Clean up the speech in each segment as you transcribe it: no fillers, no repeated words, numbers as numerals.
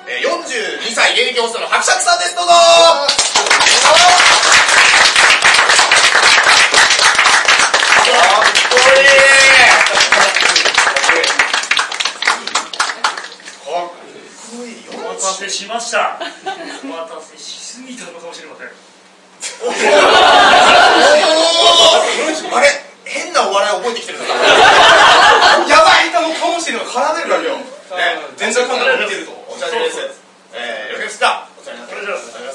42歳現役ホストの伯爵さんです。どうぞ。 お待たせしました。お待たせしすぎたのかもしれません。 あれ変なお笑い覚えてきてるのかやばいもうかもしれない。絡めるわけよ。全然感覚見てると。 お茶です。よろしいですか。お茶になってお願いします。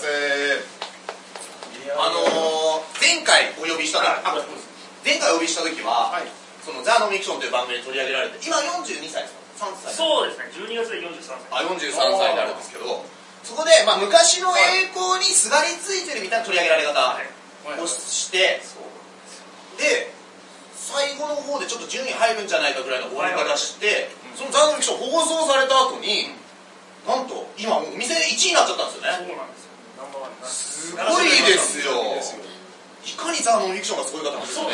前回お呼びした時は、そのザ・ノンフィクションという番組で取り上げられて、今42歳ですか。3歳。 そうですね。12月で43歳。 43歳になるんですけど、そこで昔の栄光にすがりついてるみたいな取り上げられ方をして、で最後の方でちょっと順位入るんじゃないかぐらいの終わり方して、そのザ・ノンフィクション放送された後に、なんと今もうお店1位になっちゃったんですよね。 そうなんですよ。ナンバーワンになってすごいですよ。いかにザ・ノンフィクションがすごい方なんですよね。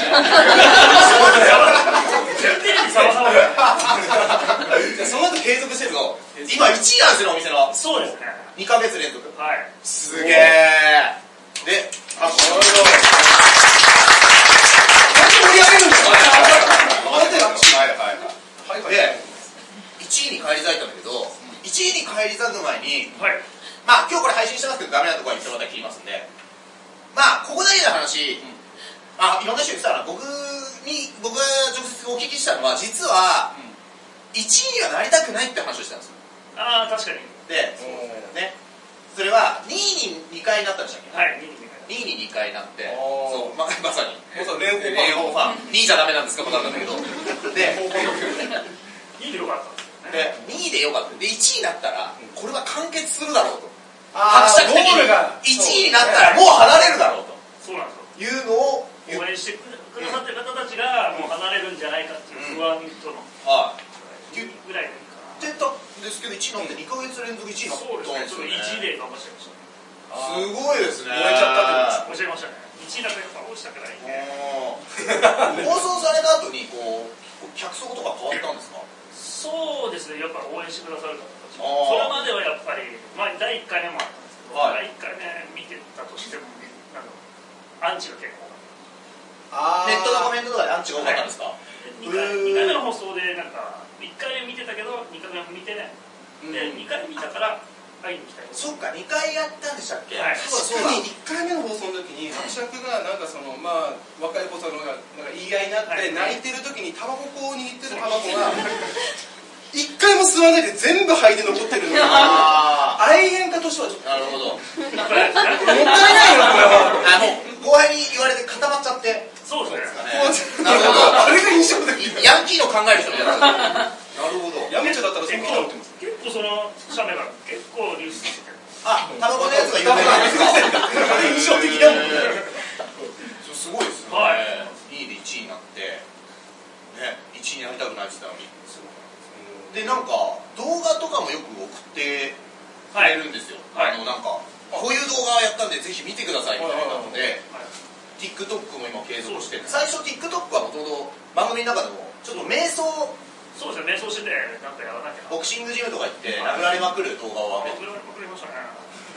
テレビ様々だ。 その後継続してるの今1位なんですよ、お店の。 そうですね。 2ヶ月連続。 はい。 すげえ。で、盛り上げるんだよ。で、1位に返り咲いたんだけど、1位に返り咲く前に、今日これ配信してますけどダメなところは言ってもらったら切りますんで、ここだけの話、いろんな人言ってたら、僕が直接お聞きしたのは、実は1位にはなりたくないって話をしたんですよ。 ああ、確かに。 で、ね、それは2位に2回なったんでしたっけ。 はい、 2位に2回なって、そう、まさに蓮舫ファン 2位じゃダメなんですか、ことなんだけど、で 2位でよかったんですよね。 で2位でよかった。で1位になったらこれは完結するだろうと、 伯爵的に 1位になったらもう離れるだろうと、 そうなんですよ。 いうのを応援してくださってる方たちがもう離れるんじゃないかっていう不安との言ぐらいでいいかな。 ってたんですけど、1位になって2ヶ月連続1位になったんですよね。 そうですね。ちょっと1位で頑張っちゃいましたね。 すごいですね。 燃えちゃったっておっしゃいましたね。1位だけやっぱ落ちたくないんで。 放送された後に客層とか変わったんですか。 そうですね。やっぱ応援してくださる方たち。それまではやっぱり第1回目もあったんですけど、第1回目見てたとしてもアンチが結構ネットのコメントとかでアンチが多かったんですか。 2回目の放送で1回目見てたけど2回目見てね、で2回見たから会いに来たよ。 そっか、2回やったんでしたっけ。 そうだ、1回目の放送の時に伯爵が若い子との言い合いになって泣いてる時にタバコを握ってるタバコが1回も吸わないで全部肺で残ってるのが愛煙家としてはちょっとなるほど、もったいないよこれは。 後輩に言われて固まっちゃって。 そうですね。 なるほど。 あれが印象的。 ヤンキーの考える人みたいな。なるほど。 ヤムチャだったらそっちだってます。 結構その写メが結構流出してて。 タバコのやつが有名なんですか。 印象的だもんね。 すごいですね。2位で1位になってね、1位になりたくないって言ったのに。で動画とかもよく送ってくれるんですよ。こういう動画をやったんでぜひ見てくださいみたいなので、TikTok も今継続してて、最初 TikTok はもともと番組の中でもちょっと瞑想、 そうですね、瞑想しててやらなきゃ、 ボクシングジムとか行って殴られまくる動画を殴られまくりましたね。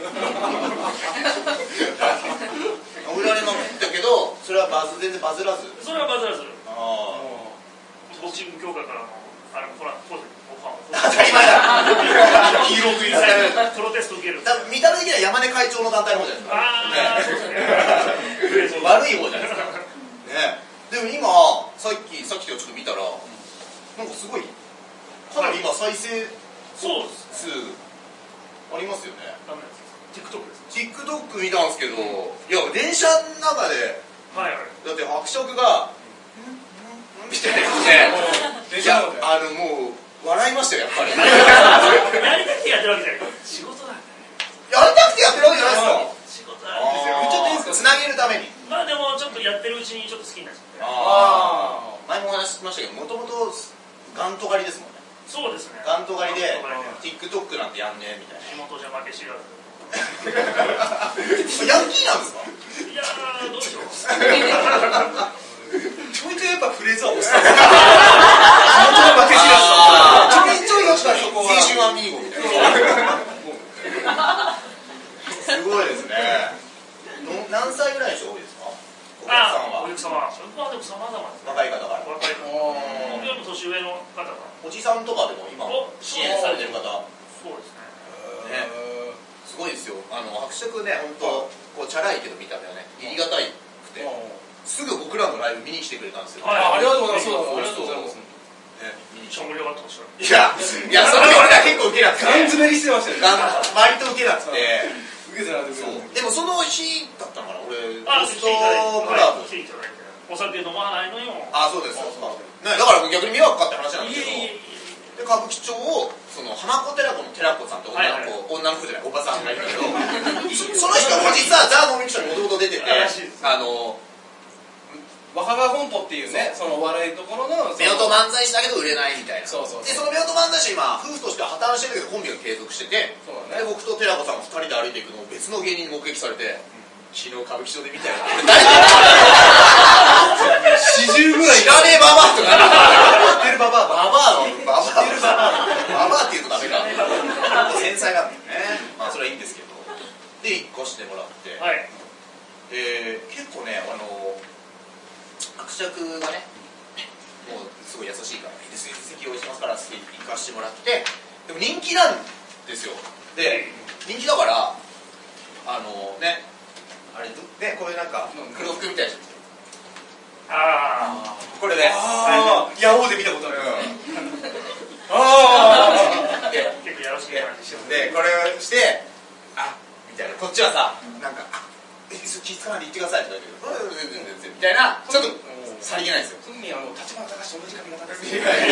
殴られまくったけど、それは全然バズらず。 それはバズらず、ボクシング協会からの当たり前だ。 黄色くいられるプロテスト受ける。 見た目的には山根会長の団体の方じゃないですか。悪い方じゃないですか。でも今さっきちょっと見たらすごいかなり今再生数ありますよね。 TikTok です。 TikTok 見たんですけど、いや電車の中でだって伯爵がみたいな言って、もう笑いましたよ、やっぱり。 やりたくてやってるわけじゃない。仕事なんだね。 やりたくてやってるわけじゃないですか。 仕事なんですよ。 言っちゃっていいですか。 つなげるために。 でもちょっとやってるうちにちょっと好きになっちゃって。 前もお話ししましたけど、もともとガント狩りですもんね。 そうですね。 ガント狩りで TikTok なんてやんねえみたいな。 地元じゃ負け知らず。 ヤンキーなんですか。 いやどうでしょう。 ちょいちょいやっぱフレーズは押した。地元の負け知らず。ちょいちょい押したそこは。 青春アミーゴみたいな。 方がおじさんとかでも今支援されてる方そうですねすごいですよ。伯爵ね、本当こうチャラいけど見た目はね、言い難いくて、すぐ僕らのライブ見に来てくれたんですよ。 ありがとうございます。ありがとうございます。 めっちゃ盛り上がってました。 いや、それ俺が結構受けなくて。 ガン詰めにしてましたよ。 割と受けなくて。 受けてなくて。 でもその日だったのかな、俺、 ホストクラブ。 お酒飲まないのよ。 そうです。だから逆に迷惑かって話なんですけど、で歌舞伎町を花子寺子の寺子さんって女の子じゃないおばさんがいるけど、その人も実はザ・ノンフィクションにもともと出てて、 若葉本舗っていうね、そのお笑いところの夫婦漫才師だけど売れないみたいな。で、 そその夫婦漫才師今夫婦としては破綻してるけどコンビが継続してて、で僕と寺子さん2人で歩いていくのを別の芸人に目撃されて、昨日歌舞伎町で見たよ。 40ぐらい知らねえババアとか知ってるババアババアって言うとダメか。繊細なんだよね。まあそれはいいんですけど。で1個してもらって、結構ね伯爵がねもうすごい優しいからいいですよ席用意しますから行かしてもらって、でも人気なんですよ。で人気だからねあれねこういうなんか黒服みたいなやつ。これでヤオーで見たことある。 結構やらしい感じしてでこれをしてみたいな、こっちはさなんか気付かないで言ってくださいって言われて全然みたいな、ちょっとさりげないですよ。 特に立花隆と同じ髪型です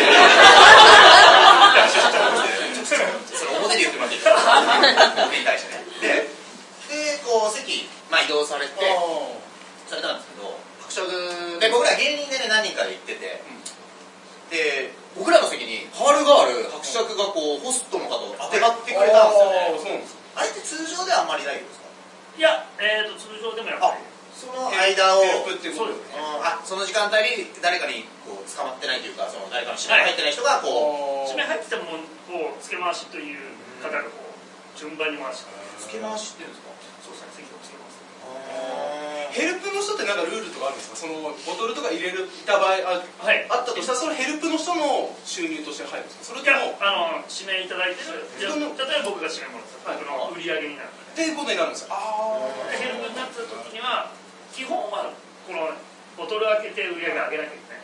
それ表で言ってもらっていいですか。表に対してね。でこう席移動されたんですけど、伯爵で僕ら芸人でね何人かで行ってて、で僕らの席に代わる伯爵がこうホストの方をあてがってくれたんですよね。あれって通常ではあんまりないんですか？ いや、通常でもやっぱりその間をその時間帯に誰かにこう捕まってないというか、その誰かの指名入ってない人がこう指名入ってたものを付け回しという方がこう順番に回して付け回しっていうんですか？ そうですね、席を付けます。 ヘルプの人ってなんかルールとかあるんですか？そのボトルとか入れるた場合あったとしたら、そのヘルプの人の収入として入るんですか？それとも指名いただいてる、例えば僕が指名もらった僕の売り上げになるっていうことになるんですよ。 ヘルプになった時には基本はこのボトル開けて売り上げ上げなきゃいけない。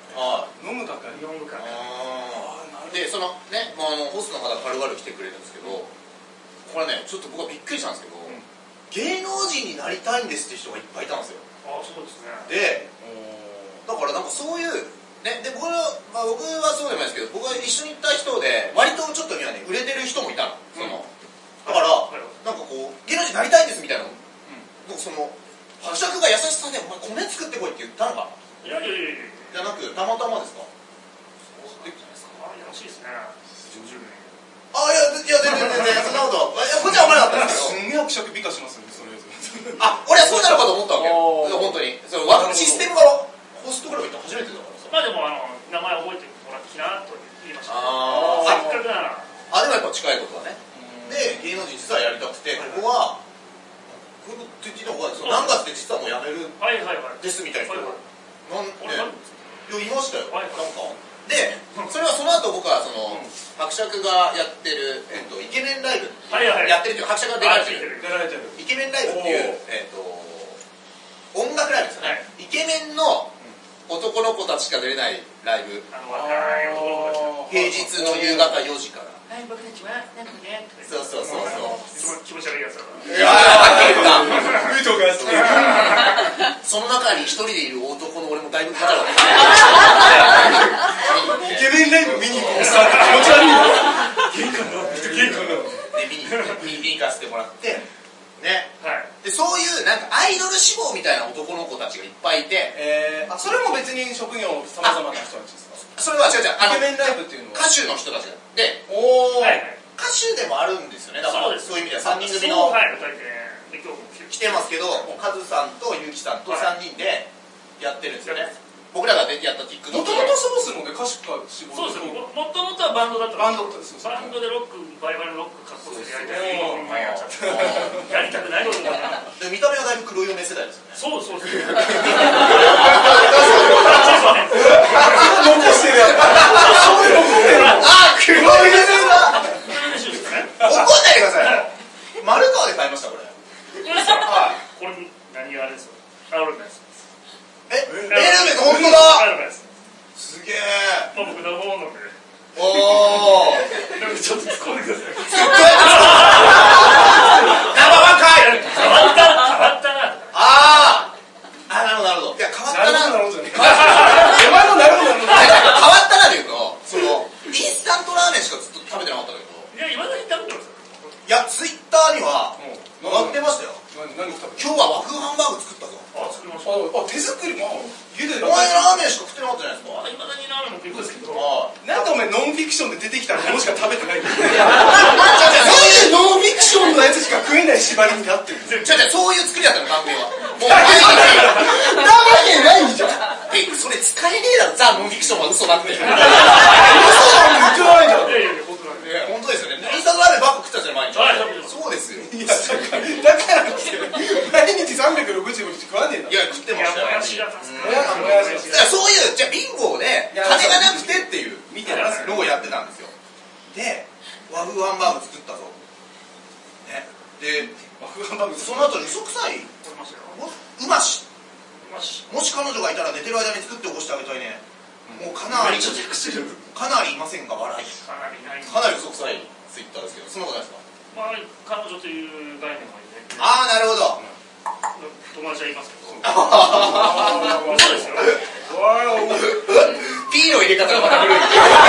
飲む係でそのねホストの方が軽々来てくれるんですけど、これねちょっと僕はびっくりしたんですけど、芸能人になりたいんですって人がいっぱいいたんですよ。 そうですね。 でだからなんかそういうね、で僕はそうでもないですけど、僕が一緒に行った人で割とちょっとにはね売れてる人もいたの。だからなんかこう芸能人になりたいんですみたいなの、その伯爵が優しさでお前米作ってこいって言ったのか。 いやじゃなくたまたまですか？ そうじゃないですか。優しいですね。 いや全然そんなことこっちは思わなかったんですけど、すんげえ伯爵美化しますよね、それ。 俺はそうなのかと思ったわけよ。本当にシステムがホストクラブ行った初めてだからさ。 でも名前覚えてもらってきなと言いました。せっかくなら。 でもやっぱ近いことはね。で芸能人実はやりたくて、ここはこういうこと言っていいのか何月で実はもう辞めるですみたいな。いましたよ。なんかでそれはその後僕はその伯爵がやってるイケメンライブやってるっていう伯爵が出られてるイケメンライブっていう音楽ライブですよね。イケメンの男の子たちしか出れないライブ、平日の夕方4時から。 僕たちはなんかね、 そう気持ち悪いやつだから。 いやー、その中に一人でいる男の俺もだいぶ気持ち悪かった。 イケメンライブ見に行こうさって気持ち悪いの。玄関の。 で見に行かせてもらってね。でそういうなんかアイドル志望みたいな男の子たちがいっぱいいて、 それも別に職業さまざまな人たちですか？ それは違うイケメンライブっていうのは歌手の人たちで歌手でもあるんですよね。だからそういう意味では3人組の来てますけど、カズさんとユキさんと3人でやってるんですよね。僕らがやった TikTok。 もともとそうですもんね、歌手か仕事。 そうですね。もともとはバンドだった。バンドでロック、バイバルロックかっこつけてやりたい。やりたくないことだな。 見た目はだいぶ黒い嫁世代ですよね。 そう。 残してるやん。 あ、黒いですな。怒んないでください。丸川で買いましたこれ。 はい。これ何があれですか。アロマです。 エルメス本当だ。 アロマです。 すげえ。 まあ僕の方ので。 おお。 ちょっと突っ込んでください。 ナンバーワンかい。 変わったな。 ああ、なるほどなるほど。いや変わったな。 なるほどね。お前のなるほど。 変わったなで言うと、そのインスタントラーメンしかずっと食べてなかったけど。 いや今だに食べてますよ。 いやツイッターには上がってましたよ。 何食べた？ 今日は和風ハンバーグ作ったぞ。 あ、作りました。 あ、手作り。家で。 お前ラーメンしか食ってなかったじゃないですか。 いまだにラーメンも食いますけど。 なんでお前ノンフィクションで出てきたものしか食べてないんだよ。 そういうノンフィクションのやつしか食えない縛りになってる。 そういう作りだったの関係は。もうなわけないじゃん。それ使えねえだろ。ザ・ノンフィクションは嘘だって。嘘なんて言ってないじゃん。 いや本当なんで。 本当ですよね。インスタントラーメンばっか食ってたじゃん毎日。そうですよ。 いやだから毎日365日食わねえんだ。 いや食ってましたよ。 もやしが助かる。そういうじゃあ貧乏で金がなくてっていう見てますのをやってたんですよ。で和風ハンバーグ作ったぞ。ね。で和風ハンバーグその後に嘘くさい。うまし。もし彼女がいたら寝てる間に作って起こしてあげたいね。もうかなりいませんか笑い。かなり嘘くさいツイッターですけど、そんなことないですか。 まあ彼女という概念もいいね。 ああなるほど。 友達はいますけど。嘘ですよ。 ピーの入れ方がまた古い。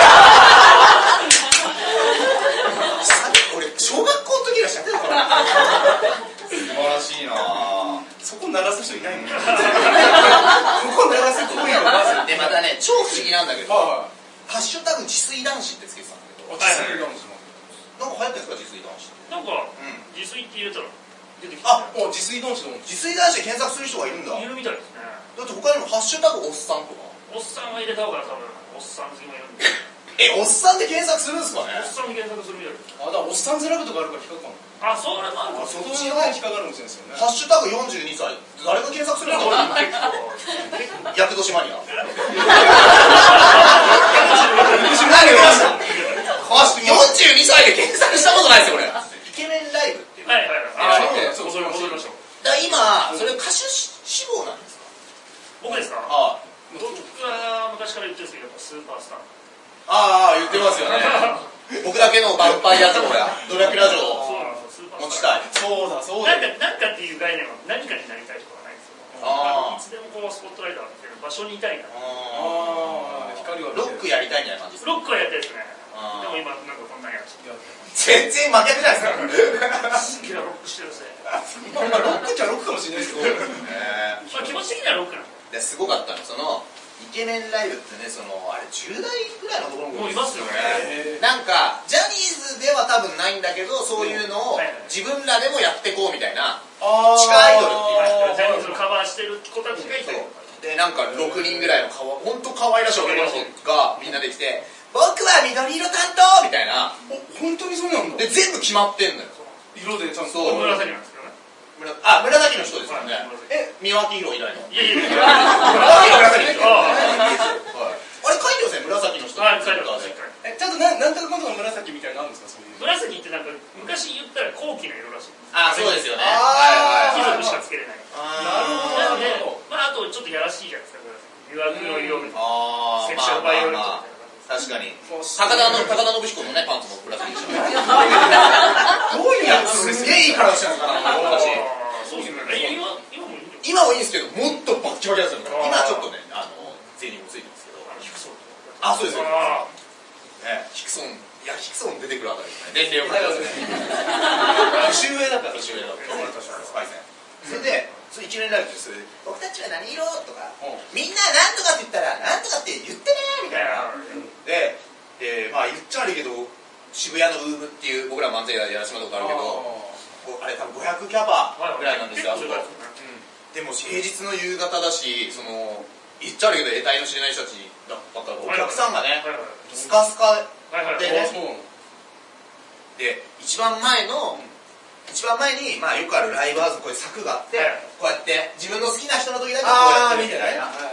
俺小学校の時から知ってたから。素晴らしいな。 そこ鳴らす人いないもん。そこ鳴らす行為がまず。 でまたね超不思議なんだけど、ハッシュタグ自炊男子ってつけてたんだけど。 自炊男子も。 なんか流行ってんですか自炊男子。 なんか自炊って入れたら出てきた。 あ、 自炊男子の。 自炊男子で検索する人がいるんだ。 いるみたいですね。 だって他にもハッシュタグおっさんとか。 おっさんは入れた方が多分おっさん好きもいるんで。 おっさんで検索するんですかね。 おっさんに検索するみたいです。 だからおっさんずラブとかあるから引っかかる。 あ、それもあるか。 そっちの方に引っかかるかもしれないですよね。 ハッシュタグ42歳。誰が検索するんですか。厄年マニア。42歳で検索したことないですよ俺。イケメンライブっていう。 はいはいはい。そう戻りましょう。 今それ歌手志望なんですか。 僕ですか。僕は昔から言ってるんですけど、やっぱスーパースター。 ああ言ってますよね。僕だけのヴァンパイア城やドラキュラ城を持ちたい。 そうだそうだ。 なんかっていう概念は何かになりたいとかはないんですよ。いつでもこうスポットライト当てる場所にいたいな。 光はロックやりたいみたいな感じです。 ロックはやりたいですね。でも今なんかこんなんやつ。 全然真逆じゃないですか。 好きなロックしてるぜ。 ロックっちゃロックかもしれないですけど。 気持ち的にはロックなんですごかったのそのイケメンライブってね、そのあれ10代ぐらいのところもいますよね。 なんかジャニーズでは多分ないんだけど、そういうのを自分らでもやってこうみたいな地下アイドルってジャニーズのカバーしてる子たちがいて、 でなんか6人ぐらいの本当可愛らしい男の子がみんなで来て、僕は緑色担当みたいな。 本当にそうなんだ。 で全部決まってんのよ。 色でちゃんと。 紫なんですけどね。 紫の人ですよね。三輪明宏いないの。 いやいやいや。 紫の人。あれ書いてますね、紫の人。 書いてます。 ちゃんとなんとか今度の紫みたいなのあるんですか、そういう。 紫ってなんか昔言ったら高貴な色らしい。 そうですよね。 貴族しかつけれない。 なるほど。 あとちょっとやらしいじゃないですか。疑惑の色みたいな。セクシャルバイオレントみたいな。 確かに高田信彦のねパンツも紫でしたね。 どういうやつすげえいい体してるのかな私。 そうですね。 今もいいんですけど、もっとバッキバキなんですよ。今ちょっとねゼニもついてますけど。そうですよ。ヒクソン、いやヒクソン出てくるあたりですね。年齢を感じますね。年上だから。年上だから。スパイセン。それで1年ライブです。僕たちは何色とか、みんな何とかって言ったら何とかって言ってねみたいな。でまあ言っちゃ悪いけど渋谷のウームっていう僕ら漫才でやらせてもらったことあるけど、あれ多分500キャパぐらいなんですよ。あそこ。でも平日の夕方だし、その言っちゃ悪いけど得体の知れない人たちだったからお客さんがねスカスカでね。で一番前にまあよくあるライブハウスのこういう柵があって、こうやって自分の好きな人の時だけこうやってるみたいな。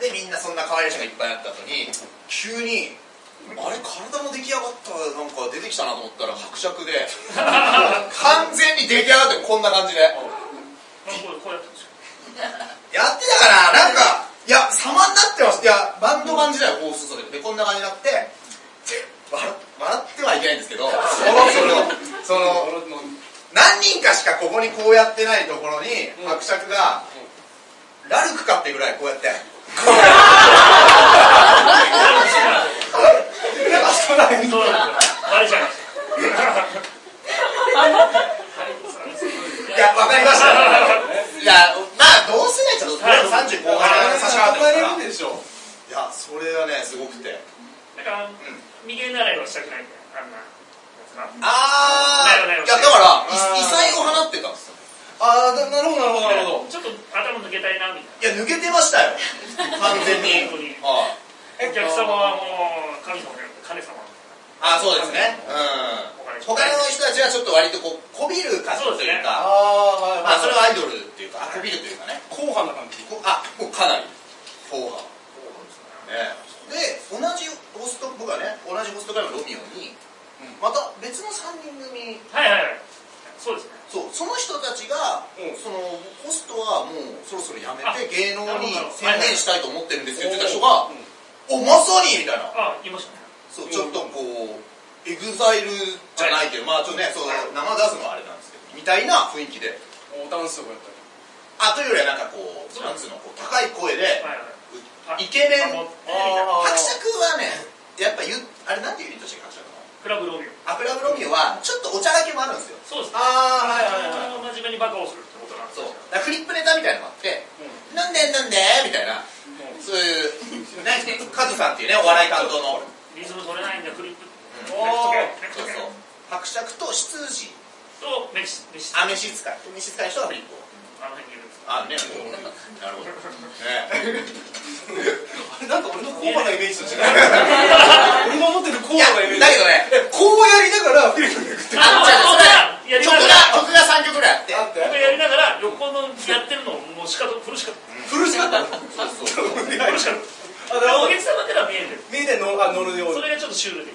でみんなそんな可愛い人がいっぱいあった後に急にあれ体の出来上がったなんか出てきたなと思ったら伯爵で完全に出来上がってこんな感じでやってたからなんかいや様になってます。いやバンドマン時代はこうするでこんな感じになって笑ってはいけないんですけどその何人かしかここにこうやってないところに伯爵がラルクかってぐらいこうやっていやわかりましたいやまあ同世代ちょっと30後半差し掛かってるでしょ。いやそれはねすごくてだから右習いはしたくないんだよあんないやだから異彩を放ってたんですよ。 なるほどなるほど。 ちょっと頭抜けたいなみたいな。いや抜けてましたよ完全に。 お客様はもう神様じゃなくて金様。 そうですね。他の人たちはちょっと割とこびる感じというか、それはアイドルっていうかこびるというかね硬派な感じ。 もうかなり硬派で同じホスト僕はね同じホスト会のロミオにまた別の3人組そうですね。 その人たちがそのホストはもうそろそろやめて芸能に専念したいと思ってるんですよって言った人がまさにみたいな。 言いましたね。 そうちょっとこうエグザイルじゃないけど、まあちょっとねそう生出すのはあれなんですけどみたいな雰囲気でダンスをやったりというよりはなんかこうなんつうの高い声でイケメン伯爵はねやっぱあれなんていうユニットしてる伯爵のクラブロミオ。 クラブロミオはちょっとおちゃらけもあるんですよ。 そうですね。真面目にバカをするってことなんですよ。 フリップネタみたいなのがあってなんでみたいなそういうカズさんっていうねお笑い担当のリズム取れないんだフリップ伯爵と執事と召使いの人がフリップをあの辺にいるんですなるほどなんか俺の硬派なイメージと違う俺の思ってる硬派なイメージだけどねこうやりながらフリップめくって曲が3曲ぐらいあって僕やりながら横のやってるのをもうフルしかお客様から見えて乗るようにそれがちょっとシュールでいい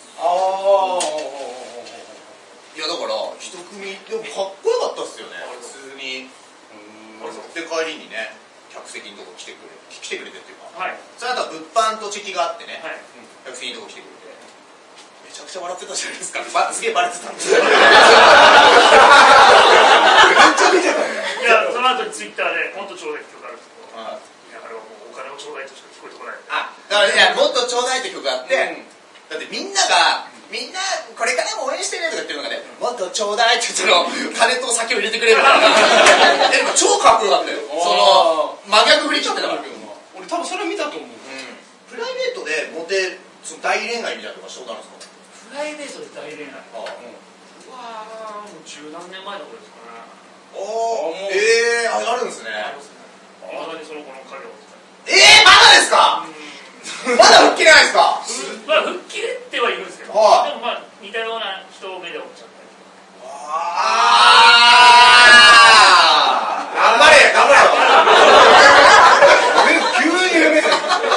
いやだから一組でもかっこよかったっすよね普通にで帰りにね客席のとこ来てくれてっていうかその後は物販とチェキがあってね客席のとこ来てくれてめちゃくちゃ笑ってたじゃないですかすげえバレてたんですよめっちゃ見てたいやその後にツイッターでもっとちょうだいって曲あるんですけどあれはもうお金をちょうだいとしか聞こえてこないだからいやもっとちょうだいって曲があってだってみんなこれからも応援してねとか言ってる中でもっとちょうだいって言ったら金と酒を入れてくれるからでも超かっこよかったよその真逆振り切ってたから俺多分それ見たと思うプライベートでモテその大恋愛みたいなのがしたことあるんですか。 プライベートで大恋愛もう十何年前のことですかねあるんですねまだにその子の影をまだですかまだ吹っ切れないですか吹っ切れてはいるんですけどでも似たような人を目で追っちゃったりとか頑張れ急に夢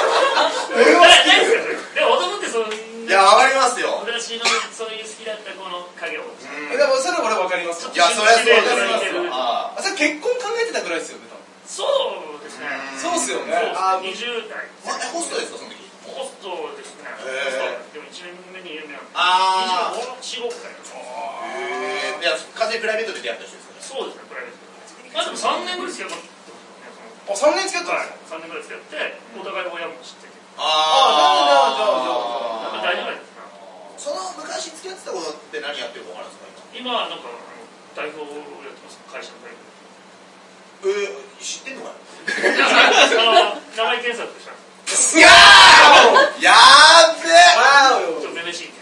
でも男っていやわかりますよ私のそういう好きだった子の影をでもそれ俺わかりますいやそれはそうですそれ結婚考えてたぐらいですよねそうですねそうっすよね 20代ホストですかその時ホストですねでも1年目に有名な25くらいいや完全にプライベートで出会った人ですそうですねプライベートでも3年ぐらい付き合った 3年付き合ったんですか 3年ぐらい付き合ってお互い親も知ってて大丈夫ですかその昔付き合ってたことって何やってるか分かるんですか今はなんか代表をやってます会社の代表知ってんのかよ名前検索したんですやーべちょっとめめしいんで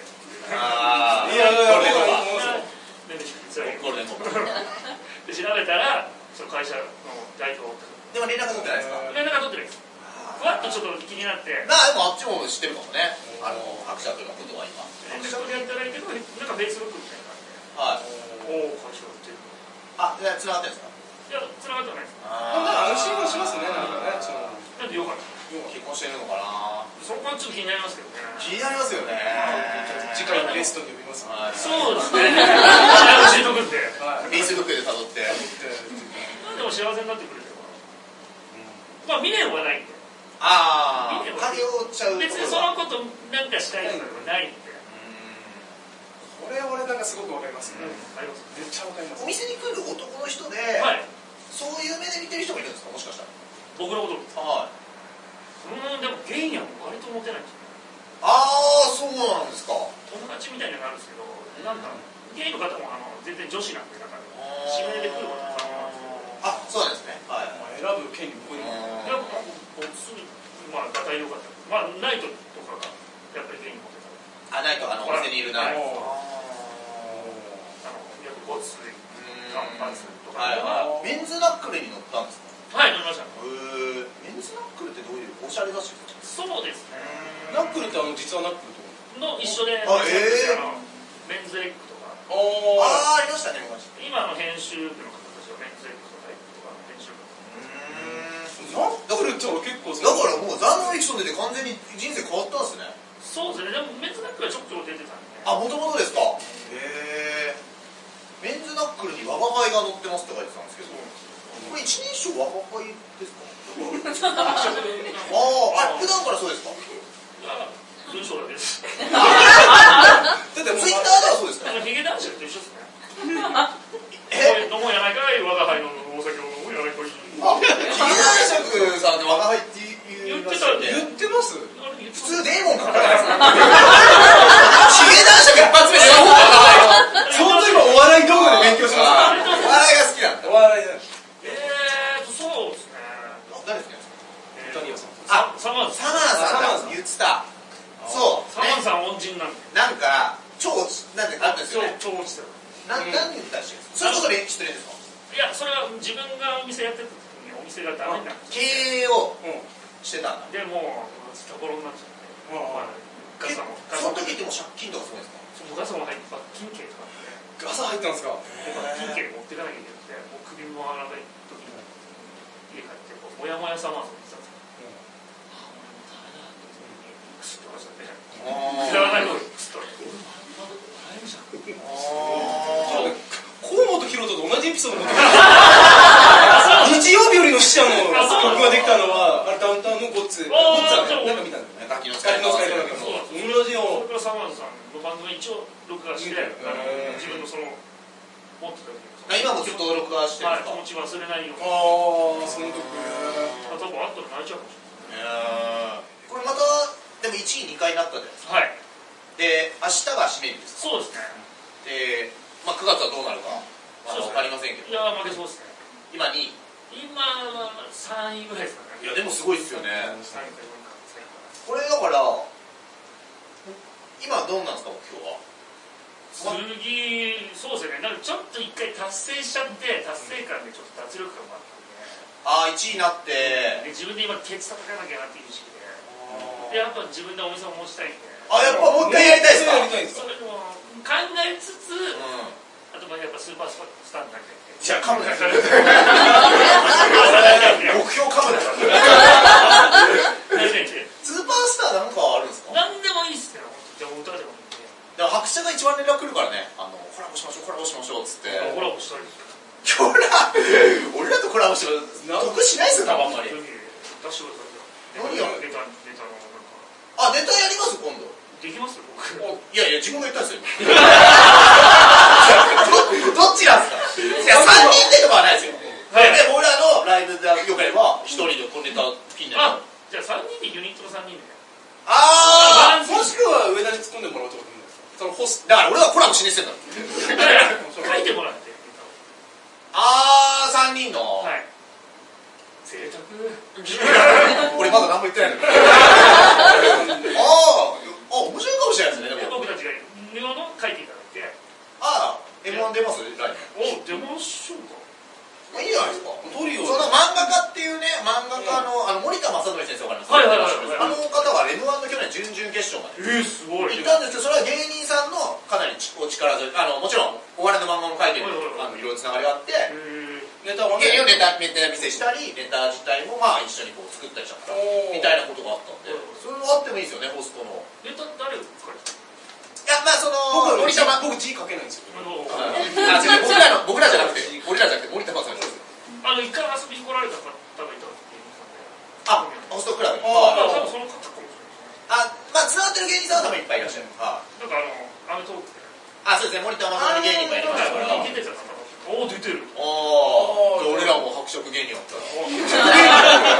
これでもで調べたらその会社の代表でも連絡取ってないですか連絡取ってないですふわっとちょっと気になってでもあっちも知ってるかもね伯爵のことは今伯爵でやったらいいけどなんかフェイスブックみたいな感じで会社っていうつながってるんですかいや、つながってはないです安心はしますねなんかねなんでよかった気になりますよね。 次回のゲストに呼びます。 そうですね。教えとくんで。 Facebook で辿って。 でも幸せになってくれてるから。まあ未練はないんで。 ああ。影を追っちゃう。 別にそのことなんかしたいとかないんで。 これ俺なんかすごくわかりますね。めっちゃわかります。 お店に来る男の人で、そういう目で見てる人もいるんですか、もしかしたら。 僕のこと。 はい。 でもゲイには割とモテないんですよ。 ああ、そうなんですか。 友達みたいになるんですけど、なんかゲイの方も全然女子なんで、だから指名で来ること可能なんですよ。 あ、そうなんですね。はい。 選ぶ権利僕にも。 いや、まあがたい良かった。まあナイトとかがやっぱりゲイにモテた。 あ、ナイト、お店にいるナイト。 ごっつい短髪とか。 メンズナックルに乗ったんですか。 はい、乗りました。 メンズナックルってどういうおしゃれ雑誌ですか。 そうですね。 ナックルって実はナックルの一緒で、メンズエッグとか。 ありましたね、昔。 今編集部の方たちはメンズエッグとかエッグとか編集部。 ナックルって俺結構だからもうザ・ノンフィクション出て完全に人生変わったんですね。 そうですね。でもメンズナックルはちょっと出てたんで。 あ、もともとですか。へえ。メンズナックルに我が輩が乗ってますって書いてたんですけど、これ一人称我が輩ですか。普段からそうですか。 文章だけです。 だってツイッターではそうですか。 ヒゲ男爵と一緒ですね。飲もうやないかい、我が輩のお酒を飲もうやないかい。 ヒゲ男爵さんで我が輩って言ってたんで。言ってます。普通デーモンかからないですか。ヒゲ男爵一発目で我が輩。 その時はお笑い動画で勉強します。 お笑いが好きなんだ。 お笑いだ。 そうですね。 誰ですか。 サマーズさん言ってた。そう。 サマーズさん恩人なんで。 なんかなんてあったんですよね。 超落ちてる。 何言ったんですか。それこそ知ってるんですか。 いや、それは自分がお店やってた時にお店がダメになって経営をしてたんだ。 でもうズタボロになっちゃって。 その時っても借金とかそうですか。 ガサも入って罰金刑とかガサ入ったんですか。 罰金刑持っていかなきゃいけなくて、もう首も洗わない時に家帰ってもやもやサマーズを見てたんですよ。クスッとかしちゃってくだらないのにクスッと笑えるじゃん。 河本大翔と同じエピソード持って日曜日よりの使者の曲ができたのはダウンタウンのゴッツなんか見たんだよね。ガキの使いとか同じよう。 それからサマーズさんの番組一応録画して自分のその持ってた時今もずっと録画してるんですか。 気持ち忘れないように。 その曲多分あったら泣いちゃうかもしれない。 これまたでも1位2回になったじゃないですか。 はい。 で明日が締め日ですか。 そうですね。 で9月はどうなるか分かりませんけど。 いや負けそうですね。 今2位。 今3位ぐらいですかね。 いやでもすごいですよね。 3位か4位か。 これだから今どうなんですか目標は。 次そうですね。なんかちょっと一回達成しちゃって達成感でちょっと脱力感もあったんで。 1位になって、 自分で今ケツ叩かなきゃなっていう時期で、やっぱ自分でお店を持ちたいんで。 やっぱもう一回やりたいですか。 それも考えつつ、あとやっぱスーパースターになりたいんで。 じゃあ噛むなよ。目標噛むなよ。スーパースターなんかあるんですか。 何でもいいっすけど、でも歌でもいいんで。 白車が一番連絡来るからね。コラボしましょうコラボしましょうっつって。 コラボしたいですよ。 俺らとコラボしても得しないっすよ、あんまり。 出してください。 何やる？ ネタのネタやります今度。 できます僕。 いや自分が言ったんですよ。どっちなんですか。いや3人でとかはないですよ。で俺らのライブでよければ1人でネタピンで。 じゃあ3人でユニットの3人で。 もしくは上田に突っ込んでもらうってことなんですか。そのホスだから俺はコラボしにしてんだ。 書いてもらって。 3人の。 はい。贅沢。 俺まだ何も言ってないのに。面白いかもしれないですね。 僕たちが無料の書いていただいて。 M1 出ます？来年。出ましょうか。 いいじゃないですか。 トリオ。 その漫画家っていうね、漫画家の森田正則先生わかります？ はい。 あの方は M1 の去年準々決勝まですごい。 行ったんですけど、それは芸人さんのかなりお力添え、もちろんお笑いの漫画も書いてるいろいろつながりがあって、ネタ見せしたり、ネタ自体も一緒に作ったりしちゃったみたいなことがあったんで、それはあってもいいですよね、ホストの。 ネタ僕字書けないんですよ。 僕らじゃなくて森田正さんです。 一回遊びに来られた方がいたっていうホストクラブ。 多分その方かもしれない。 つながってる芸人さんは多分いっぱいいらっしゃる。 なんかアメトークで。 そうですね、森田正さん芸人がいますから。 出てる。 俺らも白色芸人だったら。